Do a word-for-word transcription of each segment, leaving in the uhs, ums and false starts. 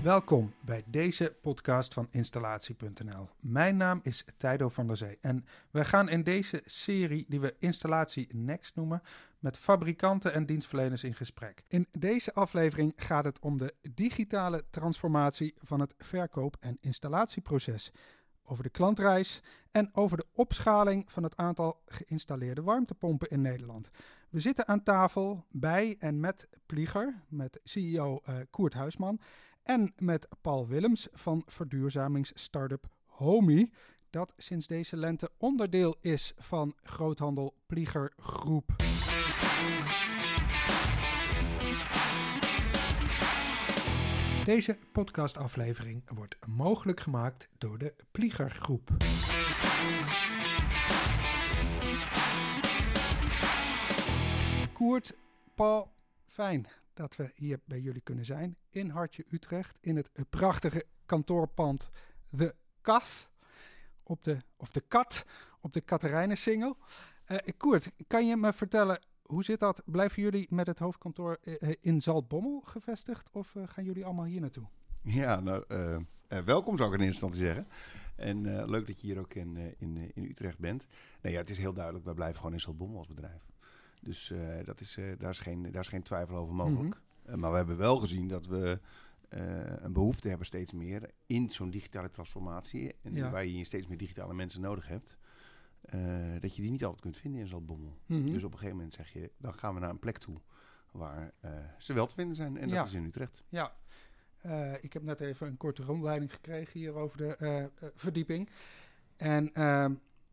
Welkom bij deze podcast van Installatie punt n l. Mijn naam is Tijdo van der Zee en we gaan in deze serie, die we Installatie Next noemen, met fabrikanten en dienstverleners in gesprek. In deze aflevering gaat het om de digitale transformatie van het verkoop- en installatieproces, over de klantreis en over de opschaling van het aantal geïnstalleerde warmtepompen in Nederland. We zitten aan tafel bij en met Plieger, met C E O uh, Koert Huisman en met Paul Willems van verduurzamingsstartup Homey, dat sinds deze lente onderdeel is van groothandel Plieger Groep. Deze podcastaflevering wordt mogelijk gemaakt door de Plieger Groep. Koert, Paul, fijn dat we hier bij jullie kunnen zijn in Hartje Utrecht, in het prachtige kantoorpand De Kat, op de, of de Kat, op de Katerijnensingel. Uh, Koert, kan je me vertellen, hoe zit dat? Blijven jullie met het hoofdkantoor uh, in Zaltbommel gevestigd of uh, gaan jullie allemaal hier naartoe? Ja, nou, uh, uh, welkom zou ik in eerste instantie zeggen. En uh, leuk dat je hier ook in, uh, in, uh, in Utrecht bent. Nee, ja, het is heel duidelijk, wij blijven gewoon in Zaltbommel als bedrijf. Dus uh, dat is, uh, daar, is geen, daar is geen twijfel over mogelijk. Mm-hmm. Uh, maar we hebben wel gezien dat we uh, een behoefte hebben steeds meer in zo'n digitale transformatie. En ja. waar je steeds meer digitale mensen nodig hebt. Uh, dat je die niet altijd kunt vinden in Zaltbommel. Mm-hmm. Dus op een gegeven moment zeg je, dan gaan we naar een plek toe waar uh, ze wel te vinden zijn. En dat ja. is in Utrecht. Ja, uh, ik heb net even een korte rondleiding gekregen hier over de uh, uh, verdieping. En uh,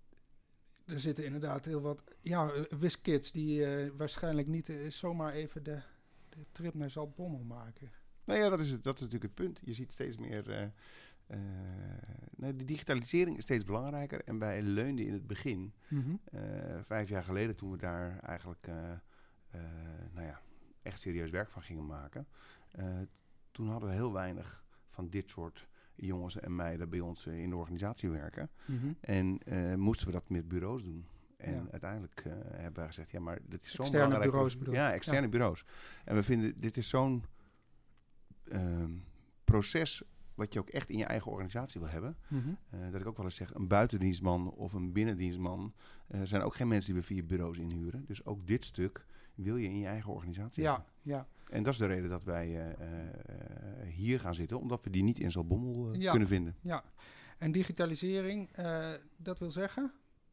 er zitten inderdaad heel wat ja, wiskids die uh, waarschijnlijk niet uh, zomaar even de, de trip naar Zaltbommel maken. Nou ja, dat is, het, dat is natuurlijk het punt. Je ziet steeds meer... Uh, Uh, nou, de digitalisering is steeds belangrijker en wij leunden in het begin, mm-hmm. uh, vijf jaar geleden toen we daar eigenlijk uh, uh, nou ja, echt serieus werk van gingen maken, uh, toen hadden we heel weinig van dit soort jongens en meiden bij ons uh, in de organisatie werken. Mm-hmm. En uh, moesten we dat met bureaus doen. En ja. uiteindelijk uh, hebben we gezegd, ja, maar dit is zo'n externe belangrijk... bureaus bedoel. Ja, externe ja. bureaus. En we vinden, dit is zo'n uh, proces wat je ook echt in je eigen organisatie wil hebben. Mm-hmm. Uh, dat ik ook wel eens zeg, een buitendienstman of een binnendienstman uh, zijn ook geen mensen die we via bureaus inhuren. Dus ook dit stuk wil je in je eigen organisatie ja, hebben. Ja. En dat is de reden dat wij uh, uh, hier gaan zitten, omdat we die niet in Zaltbommel uh, ja. kunnen vinden. Ja, en digitalisering, uh, dat wil zeggen?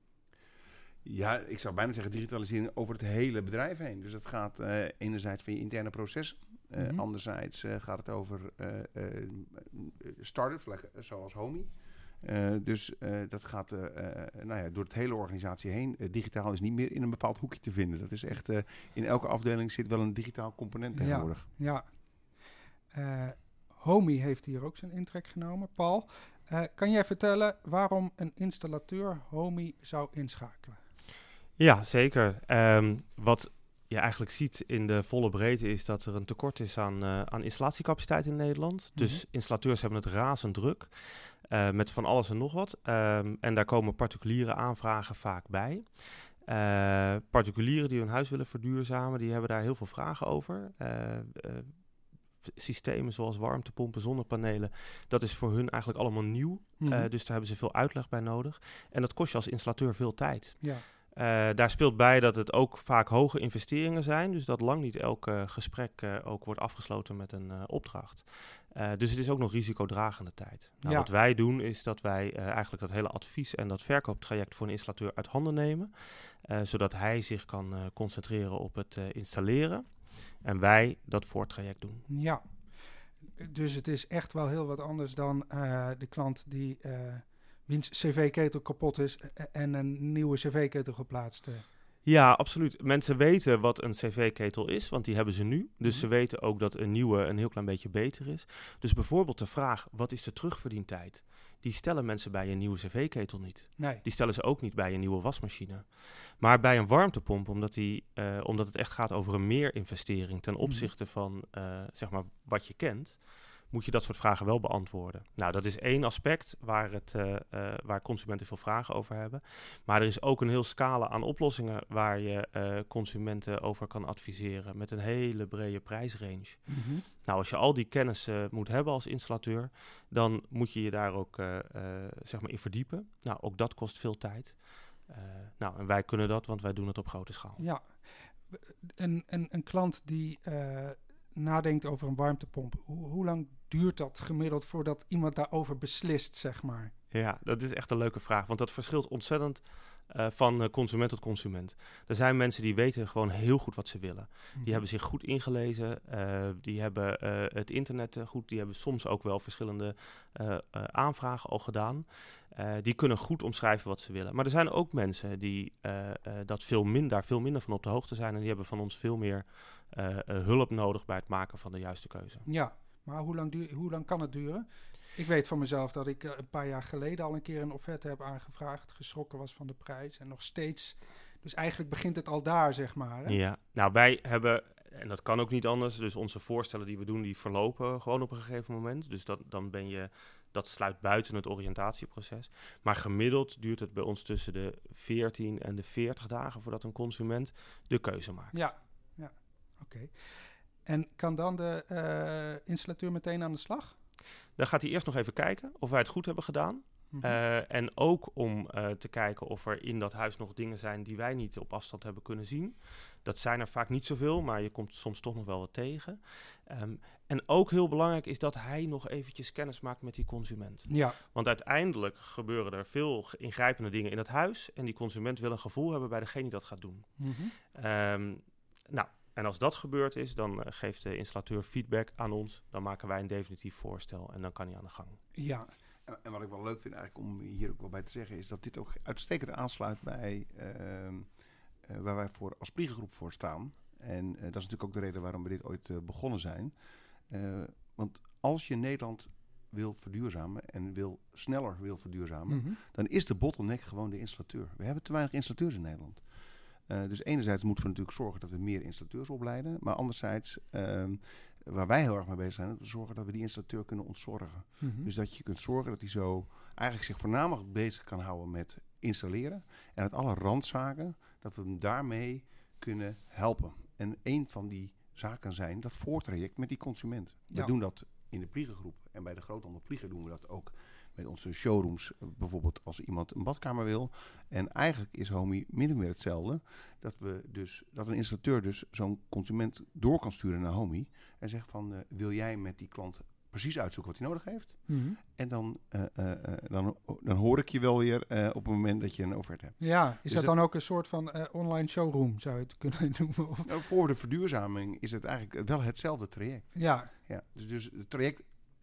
Ja, ik zou bijna zeggen digitalisering over het hele bedrijf heen. Dus het gaat uh, enerzijds van je interne proces. Uh, mm-hmm. Anderzijds uh, gaat het over uh, uh, start-ups like, uh, zoals Homey. Uh, dus uh, dat gaat uh, uh, nou ja, door het hele organisatie heen. Uh, digitaal is niet meer in een bepaald hoekje te vinden. Dat is echt, uh, in elke afdeling zit wel een digitaal component tegenwoordig. Ja, ja. Uh, Homey heeft hier ook zijn intrek genomen. Paul, uh, kan jij vertellen waarom een installateur Homey zou inschakelen? Ja, zeker. Um, wat je eigenlijk ziet in de volle breedte is dat er een tekort is aan, uh, aan installatiecapaciteit in Nederland. Mm-hmm. Dus installateurs hebben het razend druk uh, met van alles en nog wat. Um, en daar komen particuliere aanvragen vaak bij. Uh, particulieren die hun huis willen verduurzamen, die hebben daar heel veel vragen over. Uh, uh, systemen zoals warmtepompen, zonnepanelen, dat is voor hun eigenlijk allemaal nieuw. Mm-hmm. Uh, dus daar hebben ze veel uitleg bij nodig. En dat kost je als installateur veel tijd. Ja. Uh, daar speelt bij dat het ook vaak hoge investeringen zijn. Dus dat lang niet elk uh, gesprek uh, ook wordt afgesloten met een uh, opdracht. Uh, dus het is ook nog risicodragende tijd. Nou, ja. Wat wij doen is dat wij uh, eigenlijk dat hele advies en dat verkooptraject voor een installateur uit handen nemen. Uh, zodat hij zich kan uh, concentreren op het uh, installeren. En wij dat voortraject doen. Ja, dus het is echt wel heel wat anders dan uh, de klant die... Uh wiens cv-ketel kapot is en een nieuwe cv-ketel geplaatst. Ja, absoluut. Mensen weten wat een cv-ketel is, want die hebben ze nu. Dus mm-hmm. ze weten ook dat een nieuwe een heel klein beetje beter is. Dus bijvoorbeeld de vraag, wat is de terugverdientijd? Die stellen mensen bij een nieuwe cv-ketel niet. Nee. Die stellen ze ook niet bij een nieuwe wasmachine. Maar bij een warmtepomp, omdat, die, uh, omdat het echt gaat over een meerinvestering ten opzichte mm-hmm. van uh, zeg maar wat je kent... moet je dat soort vragen wel beantwoorden. Nou, dat is één aspect waar, het, uh, uh, waar consumenten veel vragen over hebben. Maar er is ook een heel scala aan oplossingen waar je uh, consumenten over kan adviseren met een hele brede prijsrange. Mm-hmm. Nou, als je al die kennis uh, moet hebben als installateur, dan moet je je daar ook uh, uh, zeg maar in verdiepen. Nou, ook dat kost veel tijd. Uh, nou, en wij kunnen dat, want wij doen het op grote schaal. Ja, een, een, een klant die uh, nadenkt over een warmtepomp, hoe, hoe lang duurt dat gemiddeld voordat iemand daarover beslist, zeg maar? Ja, dat is echt een leuke vraag, want dat verschilt ontzettend uh, van uh, consument tot consument. Er zijn mensen die weten gewoon heel goed wat ze willen. Mm-hmm. Die hebben zich goed ingelezen, uh, die hebben uh, het internet uh, goed, die hebben soms ook wel verschillende uh, uh, aanvragen al gedaan. Uh, die kunnen goed omschrijven wat ze willen. Maar er zijn ook mensen die uh, uh, dat veel min, daar veel minder van op de hoogte zijn en die hebben van ons veel meer uh, uh, hulp nodig bij het maken van de juiste keuze. Ja, maar hoe lang, duur, hoe lang kan het duren? Ik weet van mezelf dat ik uh, een paar jaar geleden al een keer een offerte heb aangevraagd, geschrokken was van de prijs en nog steeds. Dus eigenlijk begint het al daar, zeg maar. Hè? Ja, nou wij hebben, en dat kan ook niet anders, dus onze voorstellen die we doen, die verlopen gewoon op een gegeven moment. Dus dat, dan ben je, dat sluit buiten het oriëntatieproces. Maar gemiddeld duurt het bij ons tussen de veertien en de veertig dagen voordat een consument de keuze maakt. Ja, ja, oké. Okay. En kan dan de uh, installateur meteen aan de slag? Dan gaat hij eerst nog even kijken of wij het goed hebben gedaan. Mm-hmm. Uh, en ook om uh, te kijken of er in dat huis nog dingen zijn die wij niet op afstand hebben kunnen zien. Dat zijn er vaak niet zoveel, maar je komt soms toch nog wel wat tegen. Um, en ook heel belangrijk is dat hij nog eventjes kennis maakt met die consument. Ja. Want uiteindelijk gebeuren er veel ingrijpende dingen in het huis. En die consument wil een gevoel hebben bij degene die dat gaat doen. Mm-hmm. Um, nou... En als dat gebeurd is, dan uh, geeft de installateur feedback aan ons. Dan maken wij een definitief voorstel en dan kan hij aan de gang. Ja. En, en wat ik wel leuk vind eigenlijk om hier ook wel bij te zeggen, is dat dit ook uitstekend aansluit bij uh, uh, waar wij voor als Pliegengroep voor staan. En uh, dat is natuurlijk ook de reden waarom we dit ooit uh, begonnen zijn. Uh, want als je Nederland wil verduurzamen en wil sneller wil verduurzamen, mm-hmm. dan is de bottleneck gewoon de installateur. We hebben te weinig installateurs in Nederland. Uh, dus enerzijds moeten we natuurlijk zorgen dat we meer installateurs opleiden. Maar anderzijds, uh, waar wij heel erg mee bezig zijn, is zorgen dat we die installateur kunnen ontzorgen. Mm-hmm. Dus dat je kunt zorgen dat hij zo eigenlijk zich voornamelijk bezig kan houden met installeren. En uit alle randzaken, dat we hem daarmee kunnen helpen. En een van die zaken zijn dat voortraject met die consument. Ja. We doen dat in de Pliegengroep. En bij de groothandel Plieger doen we dat ook met onze showrooms, bijvoorbeeld als iemand een badkamer wil. En eigenlijk is Homey min of meer hetzelfde. Dat we dus dat een installateur dus zo'n consument door kan sturen naar Homey. En zegt van, uh, wil jij met die klant precies uitzoeken wat hij nodig heeft? Mm-hmm. En dan, uh, uh, uh, dan, dan hoor ik je wel weer uh, op het moment dat je een offerte hebt. Ja, is dus dat dan ook een soort van uh, online showroom, zou je het kunnen noemen? Of? Nou, voor de verduurzaming is het eigenlijk wel hetzelfde traject. Ja. ja dus, dus het traject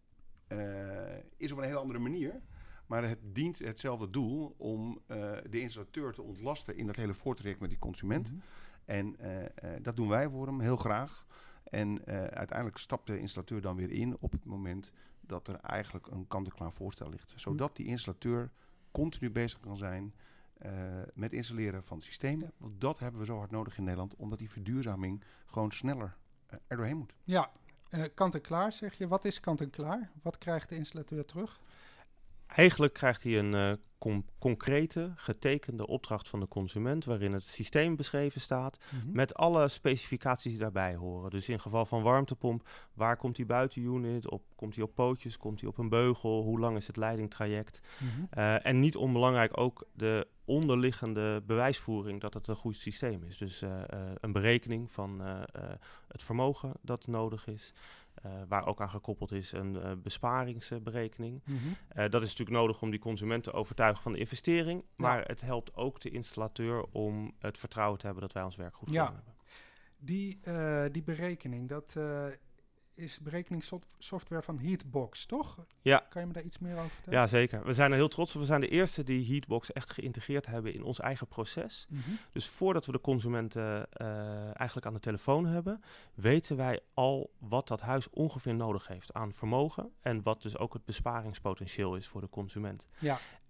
Uh, is op een hele andere manier. Maar het dient hetzelfde doel om uh, de installateur te ontlasten in dat hele voortraject met die consument. Mm-hmm. En uh, uh, dat doen wij voor hem heel graag. En uh, uiteindelijk stapt de installateur dan weer in op het moment dat er eigenlijk een kant-en-klaar voorstel ligt. Zodat die installateur continu bezig kan zijn uh, met installeren van het systeem. Ja. Want dat hebben we zo hard nodig in Nederland, omdat die verduurzaming gewoon sneller uh, er doorheen moet. Ja. Uh, kant-en-klaar, zeg je. Wat is kant-en-klaar? Wat krijgt de installateur terug? Eigenlijk krijgt hij een uh, com- concrete, getekende opdracht van de consument, waarin het systeem beschreven staat, mm-hmm. met alle specificaties die daarbij horen. Dus in geval van warmtepomp, waar komt die buitenunit op? Komt hij op pootjes? Komt hij op een beugel? Hoe lang is het leidingtraject? Mm-hmm. Uh, en niet onbelangrijk ook de onderliggende bewijsvoering dat het een goed systeem is. Dus uh, uh, een berekening van uh, uh, het vermogen dat nodig is. Uh, waar ook aan gekoppeld is een uh, besparingsberekening. Mm-hmm. Uh, dat is natuurlijk nodig om die consument te overtuigen van de investering. Maar ja. het helpt ook de installateur om het vertrouwen te hebben dat wij ons werk goed gedaan ja. hebben. Die, uh, die berekening, dat uh, is berekeningssoftware van Heatbox, toch? Ja. Kan je me daar iets meer over vertellen? Ja, zeker. We zijn er heel trots op. We zijn de eerste die Heatbox echt geïntegreerd hebben in ons eigen proces. Mm-hmm. Dus voordat we de consumenten uh, eigenlijk aan de telefoon hebben, weten wij al wat dat huis ongeveer nodig heeft aan vermogen en wat dus ook het besparingspotentieel is voor de consument. Ja.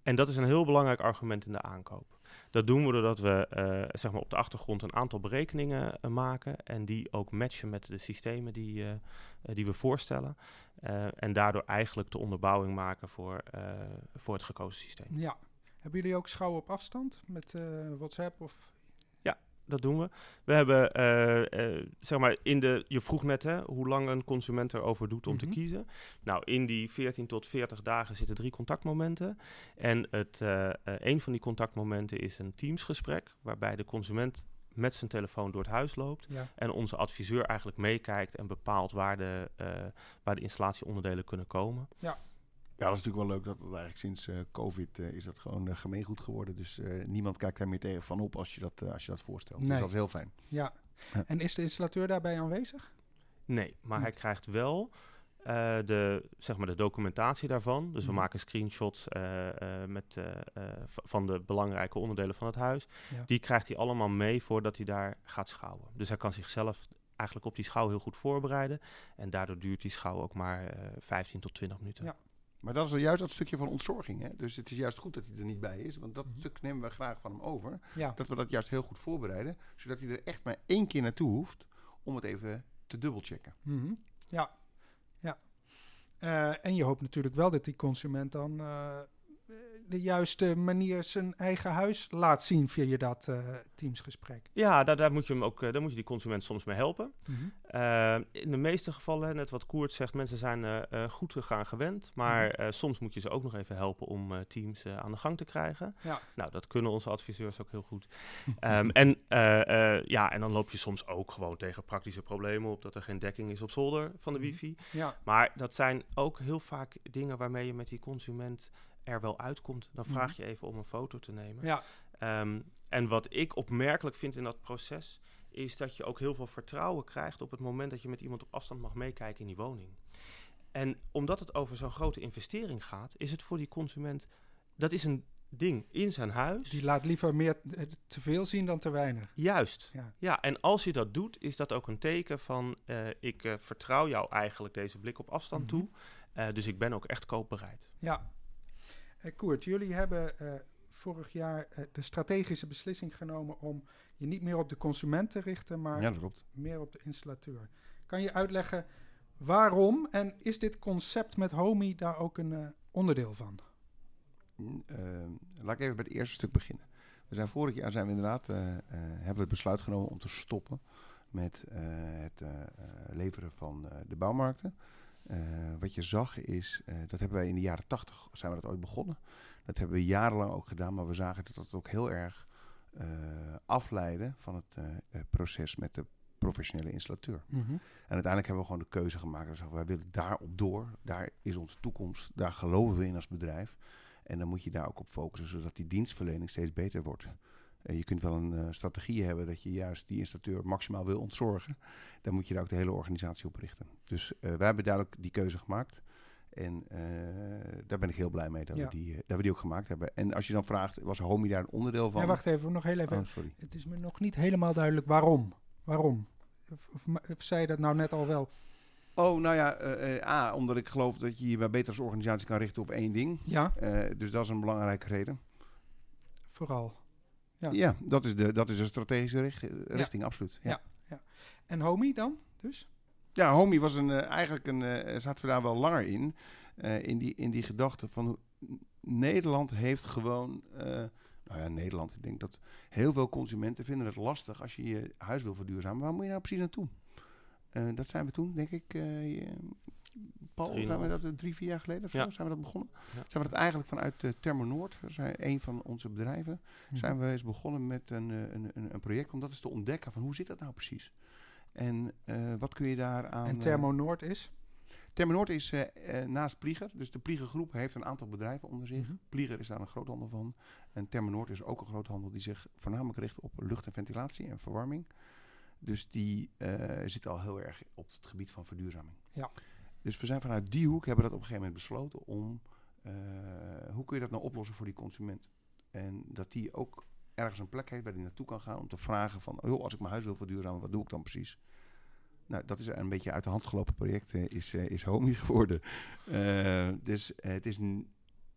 En dat is een heel belangrijk argument in de aankoop. Dat doen we doordat we uh, zeg maar op de achtergrond een aantal berekeningen uh, maken en die ook matchen met de systemen die, uh, uh, die we voorstellen. Uh, en daardoor eigenlijk de onderbouwing maken voor, uh, voor het gekozen systeem. Ja. Hebben jullie ook schouwen op afstand met uh, WhatsApp of... Dat doen we. We hebben, uh, uh, zeg maar, in de, je vroeg net hè, hoe lang een consument erover doet om mm-hmm. te kiezen. Nou, in die veertien tot veertig dagen zitten drie contactmomenten. En het, uh, uh, een van die contactmomenten is een Teams-gesprek, waarbij de consument met zijn telefoon door het huis loopt. Ja. En onze adviseur eigenlijk meekijkt en bepaalt waar de, uh, waar de installatieonderdelen kunnen komen. Ja. Ja, dat is natuurlijk wel leuk dat, dat eigenlijk sinds uh, COVID uh, is dat gewoon uh, gemeengoed geworden. Dus uh, niemand kijkt daar meer tegen van op als je dat, uh, als je dat voorstelt. Nee. Dus dat is heel fijn. Ja. ja. En is de installateur daarbij aanwezig? Nee, maar Niet. hij krijgt wel uh, de, zeg maar de documentatie daarvan. Dus mm-hmm. we maken screenshots uh, uh, met, uh, uh, v- van de belangrijke onderdelen van het huis. Ja. Die krijgt hij allemaal mee voordat hij daar gaat schouwen. Dus hij kan zichzelf eigenlijk op die schouw heel goed voorbereiden. En daardoor duurt die schouw ook maar uh, vijftien tot twintig minuten. Ja. Maar dat is juist dat stukje van ontzorging. Hè? Dus het is juist goed dat hij er niet bij is. Want dat mm-hmm. stuk nemen we graag van hem over. Ja. Dat we dat juist heel goed voorbereiden. Zodat hij er echt maar één keer naartoe hoeft om het even te dubbelchecken. Mm-hmm. Ja, ja. Uh, en je hoopt natuurlijk wel dat die consument dan uh, de juiste manier zijn eigen huis laat zien via dat uh, Teamsgesprek. Ja, daar, daar, moet je hem ook, uh, daar moet je die consument soms mee helpen. Mm-hmm. Uh, in de meeste gevallen, net wat Koert zegt, mensen zijn uh, uh, goed gegaan gewend. Maar mm-hmm. uh, soms moet je ze ook nog even helpen om uh, Teams uh, aan de gang te krijgen. Ja. Nou, dat kunnen onze adviseurs ook heel goed. um, en, uh, uh, ja, en dan loop je soms ook gewoon tegen praktische problemen op dat er geen dekking is op zolder van de mm-hmm. wifi. Ja. Maar dat zijn ook heel vaak dingen waarmee je met die consument er wel uitkomt. Dan vraag je even om een foto te nemen. Ja. Um, en wat ik opmerkelijk vind in dat proces is dat je ook heel veel vertrouwen krijgt op het moment dat je met iemand op afstand mag meekijken in die woning. En omdat het over zo'n grote investering gaat, is het voor die consument, dat is een ding in zijn huis. Die laat liever meer uh, te veel zien dan te weinig. Juist. Ja. ja, en als je dat doet, is dat ook een teken van uh, ik uh, vertrouw jou eigenlijk deze blik op afstand mm-hmm. toe. Uh, dus ik ben ook echt koopbereid. Ja. Uh, Koert, jullie hebben uh, vorig jaar uh, de strategische beslissing genomen om je niet meer op de consument te richten, maar ja, dat klopt. meer op de installateur. Kan je uitleggen waarom en is dit concept met Homey daar ook een uh, onderdeel van? Uh, laat ik even bij het eerste stuk beginnen. We zijn vorig jaar zijn we inderdaad uh, uh, hebben we het besluit genomen om te stoppen met uh, het uh, leveren van uh, de bouwmarkten. Uh, wat je zag is, uh, dat hebben wij in de jaren tachtig zijn we dat ooit begonnen. Dat hebben we jarenlang ook gedaan, maar we zagen dat dat ook heel erg uh, afleidde van het uh, uh, proces met de professionele installateur. Mm-hmm. En uiteindelijk hebben we gewoon de keuze gemaakt. We zeggen, wij willen daarop door. Daar is onze toekomst. Daar geloven we in als bedrijf. En dan moet je daar ook op focussen, zodat die dienstverlening steeds beter wordt. Uh, je kunt wel een uh, strategie hebben dat je juist die installateur maximaal wil ontzorgen. Dan moet je daar ook de hele organisatie op richten. Dus uh, wij hebben duidelijk die keuze gemaakt. En uh, daar ben ik heel blij mee dat, ja. we die, uh, dat we die ook gemaakt hebben. En als je dan vraagt, was Homey daar een onderdeel van? Ja, wacht even, nog heel even. Oh, sorry. Het is me nog niet helemaal duidelijk waarom. Waarom? Of, of, of zei je dat nou net al wel? Oh, nou ja, uh, uh, A, omdat ik geloof dat je je maar beter als organisatie kan richten op één ding. Ja. Uh, dus dat is een belangrijke reden. Vooral. Ja, ja dat, is de, dat is een strategische richt, richting, ja. absoluut. Ja. Ja, ja. En Homey dan dus? Ja, Homey was een, uh, eigenlijk een, uh, zaten we daar wel langer in. Uh, in, die, in die gedachte van hoe Nederland heeft gewoon... Uh, nou ja, Nederland. Ik denk dat heel veel consumenten vinden het lastig als je je huis wil verduurzamen. Waar moet je nou precies naartoe? Uh, dat zijn we toen, denk ik... Uh, je, Paul, drie zijn we dat uh, drie, vier jaar geleden of zo? Ja. Zijn we dat begonnen? Ja. Zijn we dat eigenlijk vanuit uh, Thermonoord, dat is een van onze bedrijven, mm-hmm. zijn we eens begonnen met een, een, een, een project om dat eens te ontdekken van hoe zit dat nou precies? En uh, wat kun je daar aan... En Thermonoord is? Thermonoord is uh, uh, naast Plieger. Dus de Plieger groep heeft een aantal bedrijven onder zich. Mm-hmm. Plieger is daar een groothandel van. En Thermonoord is ook een groothandel die zich voornamelijk richt op lucht en ventilatie en verwarming. Dus die uh, zit al heel erg op het gebied van verduurzaming. Ja. Dus we zijn vanuit die hoek hebben we dat op een gegeven moment besloten om... Uh, hoe kun je dat nou oplossen voor die consument? En dat die ook ergens een plek heeft waar die naartoe kan gaan om te vragen van... joh, als ik mijn huis wil verduurzamen, wat doe ik dan precies? Nou, dat is een beetje uit de hand gelopen project, uh, is, uh, is Homey geworden. Uh, dus uh, het is n-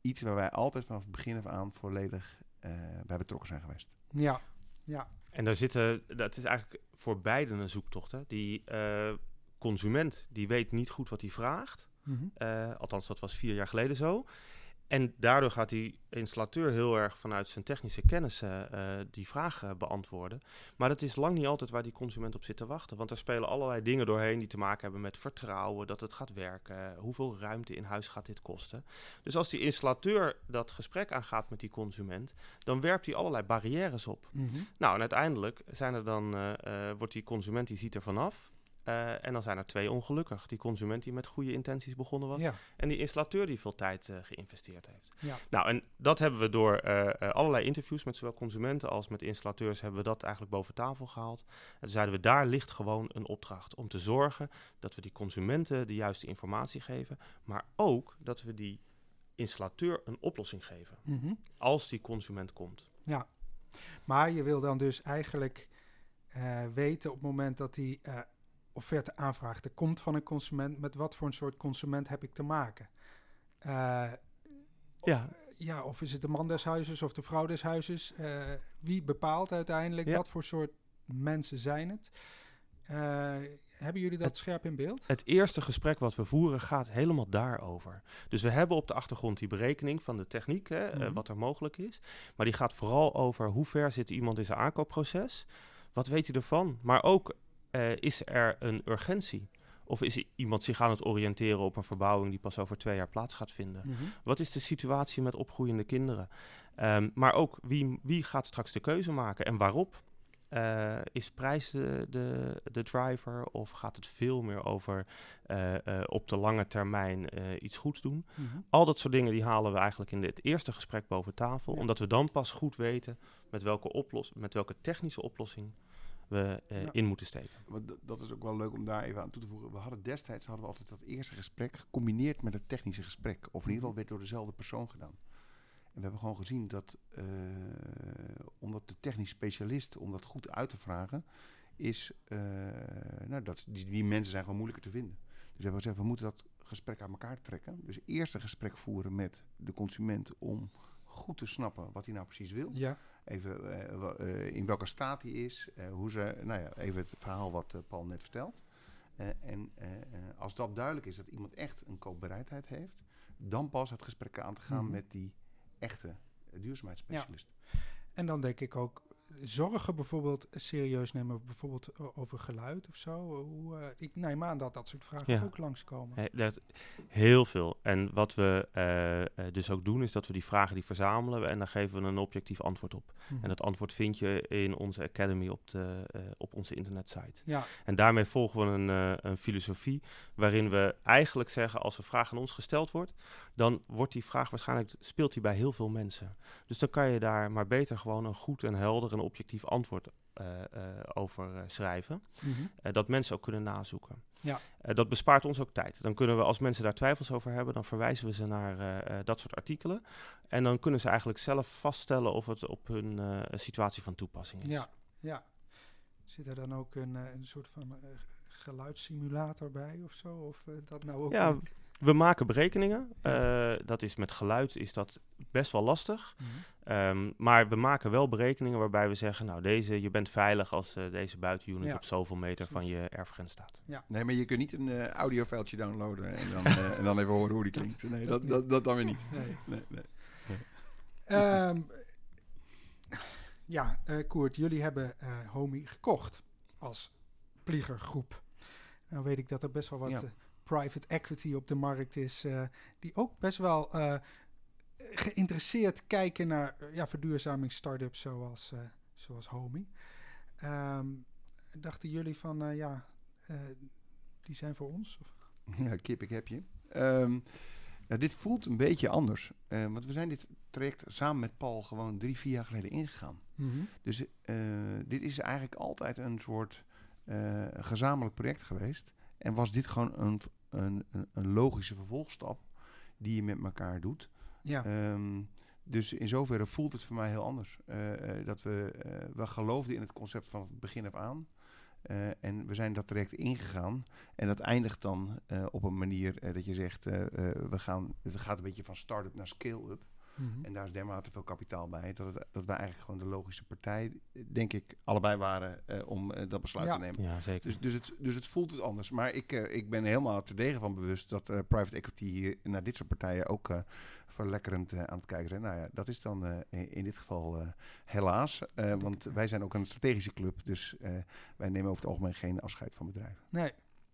iets waar wij altijd vanaf het begin af aan volledig uh, bij betrokken zijn geweest. Ja, ja. En daar zitten, dat is eigenlijk voor beiden een zoektocht. Hè? Die uh, consument, die weet niet goed wat hij vraagt. Mm-hmm. Uh, althans, dat was vier jaar geleden zo. En daardoor gaat die installateur heel erg vanuit zijn technische kennis uh, die vragen beantwoorden. Maar dat is lang niet altijd waar die consument op zit te wachten. Want er spelen allerlei dingen doorheen die te maken hebben met vertrouwen, dat het gaat werken, hoeveel ruimte in huis gaat dit kosten. Dus als die installateur dat gesprek aangaat met die consument, dan werpt hij allerlei barrières op. Mm-hmm. Nou, en uiteindelijk zijn er dan, uh, uh, wordt die consument, die ziet er vanaf. Uh, en dan zijn er twee ongelukkig. Die consument die met goede intenties begonnen was. Ja. En die installateur die veel tijd uh, geïnvesteerd heeft. Ja. Nou, en dat hebben we door uh, uh, allerlei interviews met zowel consumenten als met installateurs hebben we dat eigenlijk boven tafel gehaald. En toen zeiden we, daar ligt gewoon een opdracht om te zorgen dat we die consumenten de juiste informatie geven. Maar ook dat we die installateur een oplossing geven. Mm-hmm. Als die consument komt. Ja, maar je wil dan dus eigenlijk uh, weten op het moment dat die Uh, offerte aanvraagt, er komt van een consument, met wat voor een soort consument heb ik te maken? Uh, ja. ja, of is het de man des huizes of de vrouw des huizes? Uh, wie bepaalt uiteindelijk ja. wat voor soort mensen zijn het? Uh, hebben jullie dat het, scherp in beeld? Het eerste gesprek wat we voeren gaat helemaal daarover. Dus we hebben op de achtergrond die berekening van de techniek, hè, mm-hmm. uh, wat er mogelijk is. Maar die gaat vooral over hoe ver zit iemand in zijn aankoopproces? Wat weet hij ervan? Maar ook Uh, is er een urgentie? Of is iemand zich aan het oriënteren op een verbouwing die pas over twee jaar plaats gaat vinden? Mm-hmm. Wat is de situatie met opgroeiende kinderen? Um, maar ook wie, wie gaat straks de keuze maken en waarop? Uh, is prijs de, de, de driver of gaat het veel meer over uh, uh, op de lange termijn uh, iets goeds doen? Mm-hmm. Al dat soort dingen die halen we eigenlijk in dit eerste gesprek boven tafel. Ja. Omdat we dan pas goed weten met welke, oplos- met welke technische oplossing we uh, ja. in moeten steken. Want d- dat is ook wel leuk om daar even aan toe te voegen. We hadden destijds hadden we altijd dat eerste gesprek gecombineerd met het technische gesprek. Of in ieder geval werd door dezelfde persoon gedaan. En we hebben gewoon gezien dat, uh, omdat de technisch specialist, om dat goed uit te vragen, is, uh, nou, dat, die, die mensen zijn gewoon moeilijker te vinden. Dus we hebben gezegd, we moeten dat gesprek aan elkaar trekken. Dus eerst een gesprek voeren met de consument om goed te snappen wat hij nou precies wil. Ja. Even uh, uh, in welke staat hij is. Uh, hoe ze, nou ja, even het verhaal wat uh, Paul net vertelt. Uh, en uh, uh, als dat duidelijk is dat iemand echt een koopbereidheid heeft, dan pas het gesprek aan te gaan mm-hmm. met die echte uh, duurzaamheidsspecialist. Ja. En dan denk ik ook zorgen bijvoorbeeld serieus nemen, bijvoorbeeld over geluid of zo. Hoe, uh, ik neem aan dat dat soort vragen ja. ook langskomen. He, dat, heel veel. En wat we uh, uh, dus ook doen, is dat we die vragen die verzamelen en daar geven we een objectief antwoord op. Mm-hmm. En dat antwoord vind je in onze Academy op, de, uh, op onze internetsite. Ja. En daarmee volgen we een, uh, een filosofie waarin we eigenlijk zeggen, als een vraag aan ons gesteld wordt, dan wordt die vraag waarschijnlijk, speelt die bij heel veel mensen. Dus dan kan je daar maar beter gewoon een goed en helder een objectief antwoord uh, uh, over uh, schrijven. Mm-hmm. Uh, dat mensen ook kunnen nazoeken. Ja. Uh, dat bespaart ons ook tijd. Dan kunnen we, als mensen daar twijfels over hebben, dan verwijzen we ze naar uh, uh, dat soort artikelen. En dan kunnen ze eigenlijk zelf vaststellen of het op hun uh, situatie van toepassing is. Ja, ja. Zit er dan ook een, uh, een soort van uh, geluidssimulator bij of zo? Of uh, dat nou ook? Ja, een... we maken berekeningen. Ja. Uh, dat is met geluid is dat best wel lastig. Mm-hmm. Um, maar we maken wel berekeningen waarbij we zeggen, nou deze, je bent veilig als uh, deze buitenunit ja. op zoveel meter van je erfgrens staat. Ja. Nee, maar je kunt niet een uh, audioveldje downloaden en dan, uh, en dan even horen hoe die klinkt. Nee, dat, dat, dat dan weer niet. Nee. Nee, nee. nee. Um, ja, uh, Koert, jullie hebben uh, Homey gekocht als Pliegergroep. Nou weet ik dat er best wel wat... Ja. Uh, private equity op de markt is, uh, die ook best wel uh, geïnteresseerd kijken naar uh, ja, verduurzamings-startups zoals, uh, zoals Homey. Um, dachten jullie van, uh, ja, uh, die zijn voor ons? Of? Ja, kip, ik heb je. Um, ja, dit voelt een beetje anders. Uh, want we zijn dit traject samen met Paul gewoon drie, vier jaar geleden ingegaan. Mm-hmm. Dus uh, dit is eigenlijk altijd een soort uh, gezamenlijk project geweest. En was dit gewoon een, een, een logische vervolgstap die je met elkaar doet. Ja. Um, dus in zoverre voelt het voor mij heel anders. Uh, uh, dat we, uh, we geloofden in het concept van het begin af aan. Uh, en we zijn dat traject ingegaan. En dat eindigt dan uh, op een manier uh, dat je zegt, uh, uh, we gaan, het gaat een beetje van start-up naar scale-up. Mm-hmm. En daar is dermate veel kapitaal bij. Dat, het, dat wij eigenlijk gewoon de logische partij, denk ik, allebei waren uh, om uh, dat besluit ja. te nemen. Ja, zeker. Dus, dus, het, dus het voelt het anders. Maar ik, uh, ik ben helemaal terdege van bewust dat uh, private equity hier naar dit soort partijen ook uh, verlekkerend uh, aan het kijken zijn. Nou ja, dat is dan uh, in, in dit geval uh, helaas. Uh, want wij zijn ook een strategische club. Dus uh, wij nemen over het algemeen geen afscheid van bedrijven. Nee.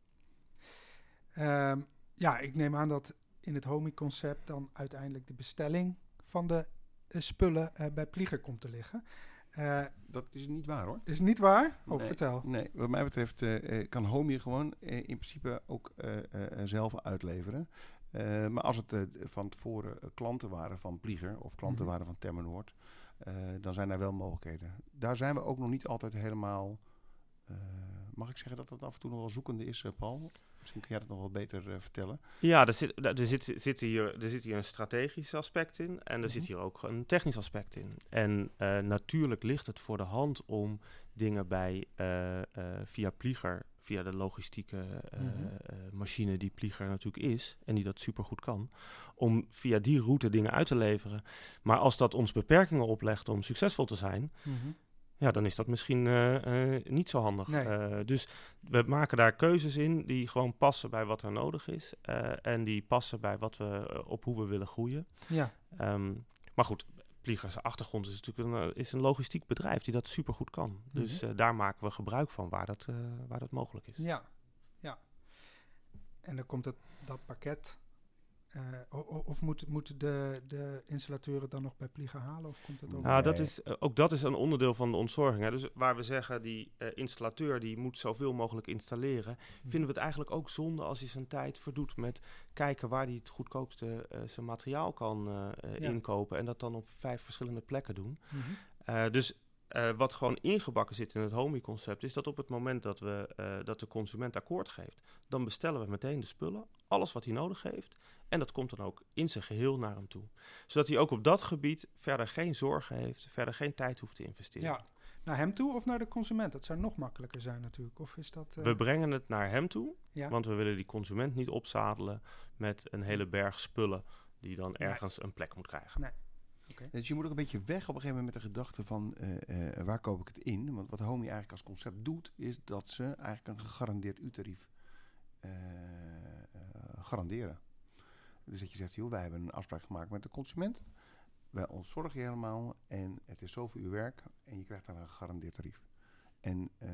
Um, ja, ik neem aan dat in het Homey-concept dan uiteindelijk de bestelling van de uh, spullen uh, bij Plieger komt te liggen. Uh, dat is niet waar hoor. Is niet waar? Oh, nee, vertel. Nee, wat mij betreft uh, kan Homey gewoon uh, in principe ook uh, uh, zelf uitleveren. Uh, maar als het uh, van tevoren uh, klanten waren van Plieger of klanten mm-hmm. waren van Termenoord, uh, dan zijn er wel mogelijkheden. Daar zijn we ook nog niet altijd helemaal... Uh, mag ik zeggen dat dat af en toe nog wel zoekende is, uh, Paul? Misschien kun jij dat nog wel beter uh, vertellen. Ja, er zit, er, zit, zit hier, er zit hier een strategisch aspect in en er mm-hmm. zit hier ook een technisch aspect in. En uh, natuurlijk ligt het voor de hand om dingen bij uh, uh, via Plieger, via de logistieke uh, mm-hmm. uh, machine die Plieger natuurlijk is en die dat supergoed kan, om via die route dingen uit te leveren. Maar als dat ons beperkingen oplegt om succesvol te zijn, mm-hmm. ja, dan is dat misschien uh, uh, niet zo handig. Nee. Uh, dus we maken daar keuzes in die gewoon passen bij wat er nodig is. Uh, en die passen bij wat we, uh, op hoe we willen groeien. Ja. Um, maar goed, Plieger's achtergrond is natuurlijk een, uh, is een logistiek bedrijf die dat supergoed kan. Mm-hmm. Dus uh, daar maken we gebruik van waar dat, uh, waar dat mogelijk is. Ja, ja. En dan komt het, dat pakket... Uh, of of moeten moet de, de installateuren dan nog bij Plieger halen? Of komt het ook? Ja, dat is, uh, ook dat is een onderdeel van de ontzorging. Hè. Dus waar we zeggen, die uh, installateur die moet zoveel mogelijk installeren, hmm. vinden we het eigenlijk ook zonde als hij zijn tijd verdoet met kijken waar hij het goedkoopste uh, zijn materiaal kan uh, uh, ja. inkopen en dat dan op vijf verschillende plekken doen. Mm-hmm. Uh, dus Uh, wat gewoon ingebakken zit in het Homey-concept is dat op het moment dat, we, uh, dat de consument akkoord geeft, dan bestellen we meteen de spullen, alles wat hij nodig heeft. En dat komt dan ook in zijn geheel naar hem toe. Zodat hij ook op dat gebied verder geen zorgen heeft, verder geen tijd hoeft te investeren. Ja, naar hem toe of naar de consument? Dat zou nog makkelijker zijn natuurlijk. Of is dat, uh... We brengen het naar hem toe, ja. want we willen die consument niet opzadelen met een hele berg spullen die dan ergens nee. een plek moet krijgen. Nee. Okay. Dus je moet ook een beetje weg op een gegeven moment met de gedachte van uh, uh, waar koop ik het in? Want wat Homey eigenlijk als concept doet, is dat ze eigenlijk een gegarandeerd uurtarief uh, uh, garanderen. Dus dat je zegt, joh, wij hebben een afspraak gemaakt met de consument. Wij ontzorgen je helemaal en het is zoveel uur werk en je krijgt daar een gegarandeerd tarief. En uh,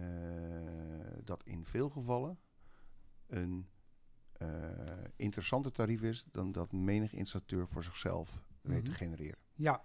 dat in veel gevallen een uh, interessanter tarief is dan dat menig installateur voor zichzelf weet mm-hmm. te genereren. Ja,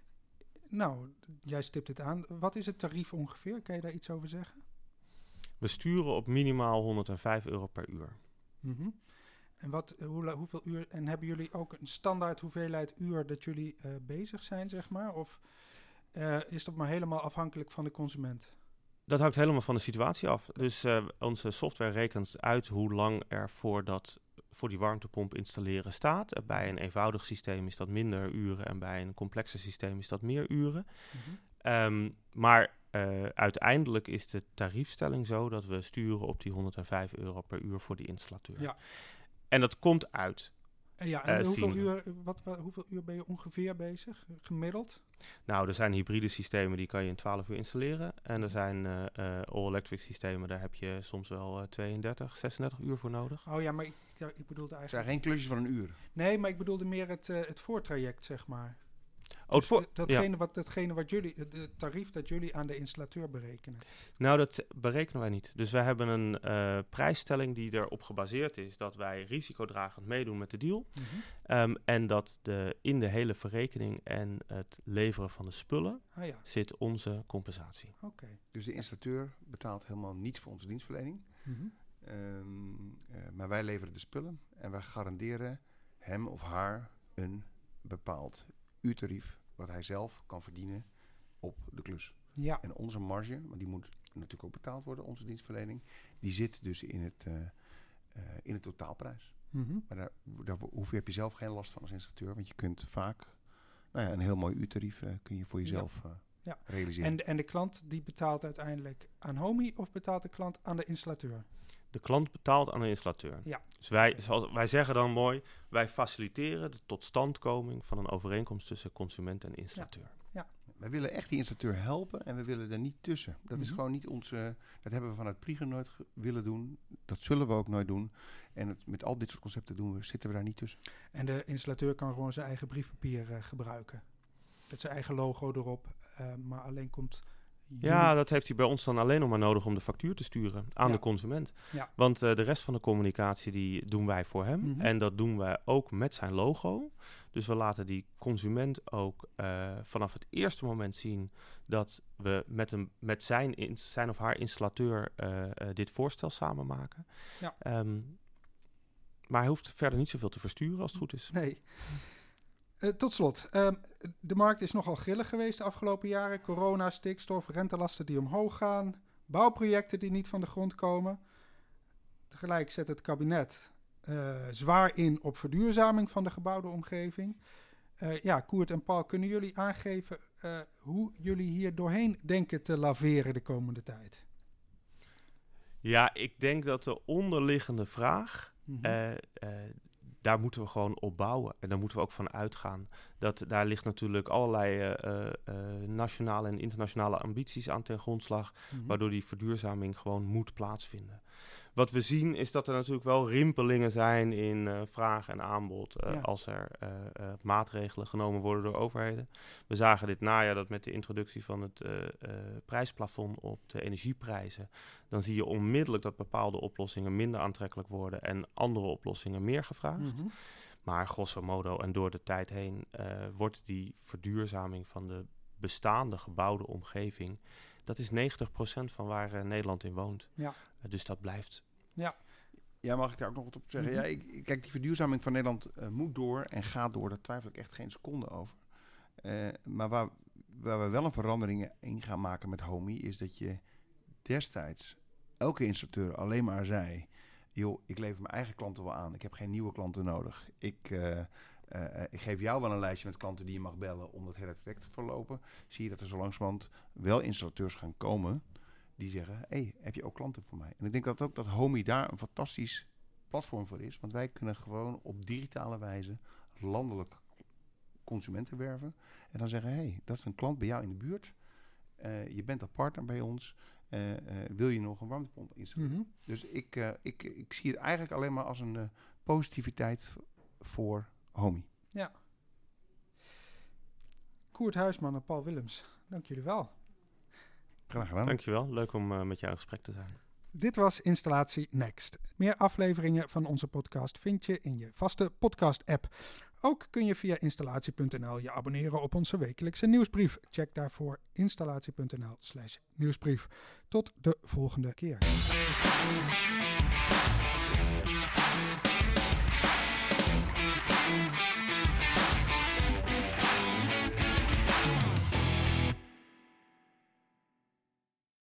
nou, jij stipt het aan. Wat is het tarief ongeveer? Kan je daar iets over zeggen? We sturen op minimaal honderdvijf euro per uur. Mm-hmm. En wat, hoe, hoeveel uur? En hebben jullie ook een standaard hoeveelheid uur dat jullie uh, bezig zijn, zeg maar? Of uh, is dat maar helemaal afhankelijk van de consument? Dat hangt helemaal van de situatie af. Dus uh, onze software rekent uit hoe lang er voor, dat, voor die warmtepomp installeren staat. Uh, bij een eenvoudig systeem is dat minder uren en bij een complexer systeem is dat meer uren. Mm-hmm. Um, maar uh, uiteindelijk is de tariefstelling zo dat we sturen op die honderdvijf euro per uur voor die installateur. Ja. En dat komt uit. Ja, en uh, hoeveel, uur, wat, wat, hoeveel uur ben je ongeveer bezig, gemiddeld? Nou, er zijn hybride systemen, die kan je in twaalf uur installeren. En er zijn uh, uh, all-electric systemen, daar heb je soms wel uh, tweeëndertig, zesendertig uur voor nodig. Oh ja, maar ik, ik bedoelde eigenlijk... Het zijn geen klusjes van een uur. Nee, maar ik bedoelde meer het, uh, het voortraject, zeg maar. Oh, het voor, dus datgene, ja. wat, datgene wat jullie, het tarief dat jullie aan de installateur berekenen. Nou, dat berekenen wij niet. Dus wij hebben een uh, prijsstelling die erop gebaseerd is dat wij risicodragend meedoen met de deal. Mm-hmm. Um, en dat de, in de hele verrekening en het leveren van de spullen ah, ja. zit onze compensatie. Okay. Dus de installateur betaalt helemaal niets voor onze dienstverlening. Mm-hmm. Um, uh, maar wij leveren de spullen en wij garanderen hem of haar een bepaald uurtarief wat hij zelf kan verdienen op de klus. Ja. En onze marge, want die moet natuurlijk ook betaald worden, onze dienstverlening, die zit dus in het, uh, uh, in het totaalprijs. Mm-hmm. Maar daar, daar hoef je, heb je zelf geen last van als installateur, want je kunt vaak nou ja, een heel mooi uurtarief uh, kun je voor jezelf ja. uh, Ja. realiseren. En, en de klant die betaalt uiteindelijk aan Homey of betaalt de klant aan de installateur? De klant betaalt aan de installateur. Ja. Dus wij, zoals, wij zeggen dan mooi, wij faciliteren de totstandkoming van een overeenkomst tussen consument en installateur. Ja. Ja. Wij willen echt die installateur helpen en we willen er niet tussen. Dat Mm-hmm. is gewoon niet onze... Dat hebben we vanuit Priegen nooit ge- willen doen. Dat zullen we ook nooit doen. En het, met al dit soort concepten doen we, zitten we daar niet tussen. En de installateur kan gewoon zijn eigen briefpapier uh, gebruiken. Met zijn eigen logo erop. Uh, maar alleen komt... Ja, dat heeft hij bij ons dan alleen nog maar nodig om de factuur te sturen aan Ja. de consument. Ja. Want uh, de rest van de communicatie die doen wij voor hem. Mm-hmm. En dat doen wij ook met zijn logo. Dus we laten die consument ook uh, vanaf het eerste moment zien dat we met, hem, met zijn, in, zijn of haar installateur uh, uh, dit voorstel samen maken. Ja. Um, maar hij hoeft verder niet zoveel te versturen als het goed is. Nee. Uh, tot slot, uh, de markt is nogal grillig geweest de afgelopen jaren. Corona, stikstof, rentelasten die omhoog gaan, bouwprojecten die niet van de grond komen. Tegelijk zet het kabinet uh, zwaar in op verduurzaming van de gebouwde omgeving. Uh, ja, Koert en Paul, kunnen jullie aangeven uh, hoe jullie hier doorheen denken te laveren de komende tijd? Ja, ik denk dat de onderliggende vraag... Mm-hmm. Uh, uh, daar moeten we gewoon op bouwen. En daar moeten we ook van uitgaan. Dat, daar ligt natuurlijk allerlei uh, uh, nationale en internationale ambities aan ten grondslag, Mm-hmm. waardoor die verduurzaming gewoon moet plaatsvinden. Wat we zien is dat er natuurlijk wel rimpelingen zijn in uh, vraag en aanbod uh, Ja. als er uh, uh, maatregelen genomen worden door overheden. We zagen dit najaar dat met de introductie van het uh, uh, prijsplafond op de energieprijzen, dan zie je onmiddellijk dat bepaalde oplossingen minder aantrekkelijk worden en andere oplossingen meer gevraagd. Mm-hmm. Maar grosso modo en door de tijd heen uh, wordt die verduurzaming van de bestaande gebouwde omgeving, dat is negentig procent van waar uh, Nederland in woont. Ja. Uh, dus dat blijft. Ja. Ja, mag ik daar ook nog wat op zeggen? Mm-hmm. Ja, ik, kijk, die verduurzaming van Nederland uh, moet door en gaat door. Daar twijfel ik echt geen seconde over. Uh, maar waar, waar we wel een verandering in gaan maken met Homey is dat je destijds elke installateur alleen maar zei, joh, ik lever mijn eigen klanten wel aan. Ik heb geen nieuwe klanten nodig. Ik, uh, uh, ik geef jou wel een lijstje met klanten die je mag bellen om dat hele traject te verlopen. Zie je dat er zo langzamerhand wel installateurs gaan komen die zeggen, hé, hey, heb je ook klanten voor mij? En ik denk dat ook dat Homey daar een fantastisch platform voor is. Want wij kunnen gewoon op digitale wijze landelijk consumenten werven. En dan zeggen, hé, hey, dat is een klant bij jou in de buurt. Uh, je bent al partner bij ons. Uh, uh, wil je nog een warmtepomp installeren? Mm-hmm. Dus ik, uh, ik, ik zie het eigenlijk alleen maar als een uh, positiviteit voor Homey. Ja. Koert Huisman en Paul Willems, dank jullie wel. Graag gedaan. Dankjewel, leuk om uh, met jou in gesprek te zijn. Dit was Installatie Next. Meer afleveringen van onze podcast vind je in je vaste podcast-app. Ook kun je via installatie punt n l je abonneren op onze wekelijkse nieuwsbrief. Check daarvoor installatie punt n l slash nieuwsbrief. Tot de volgende keer.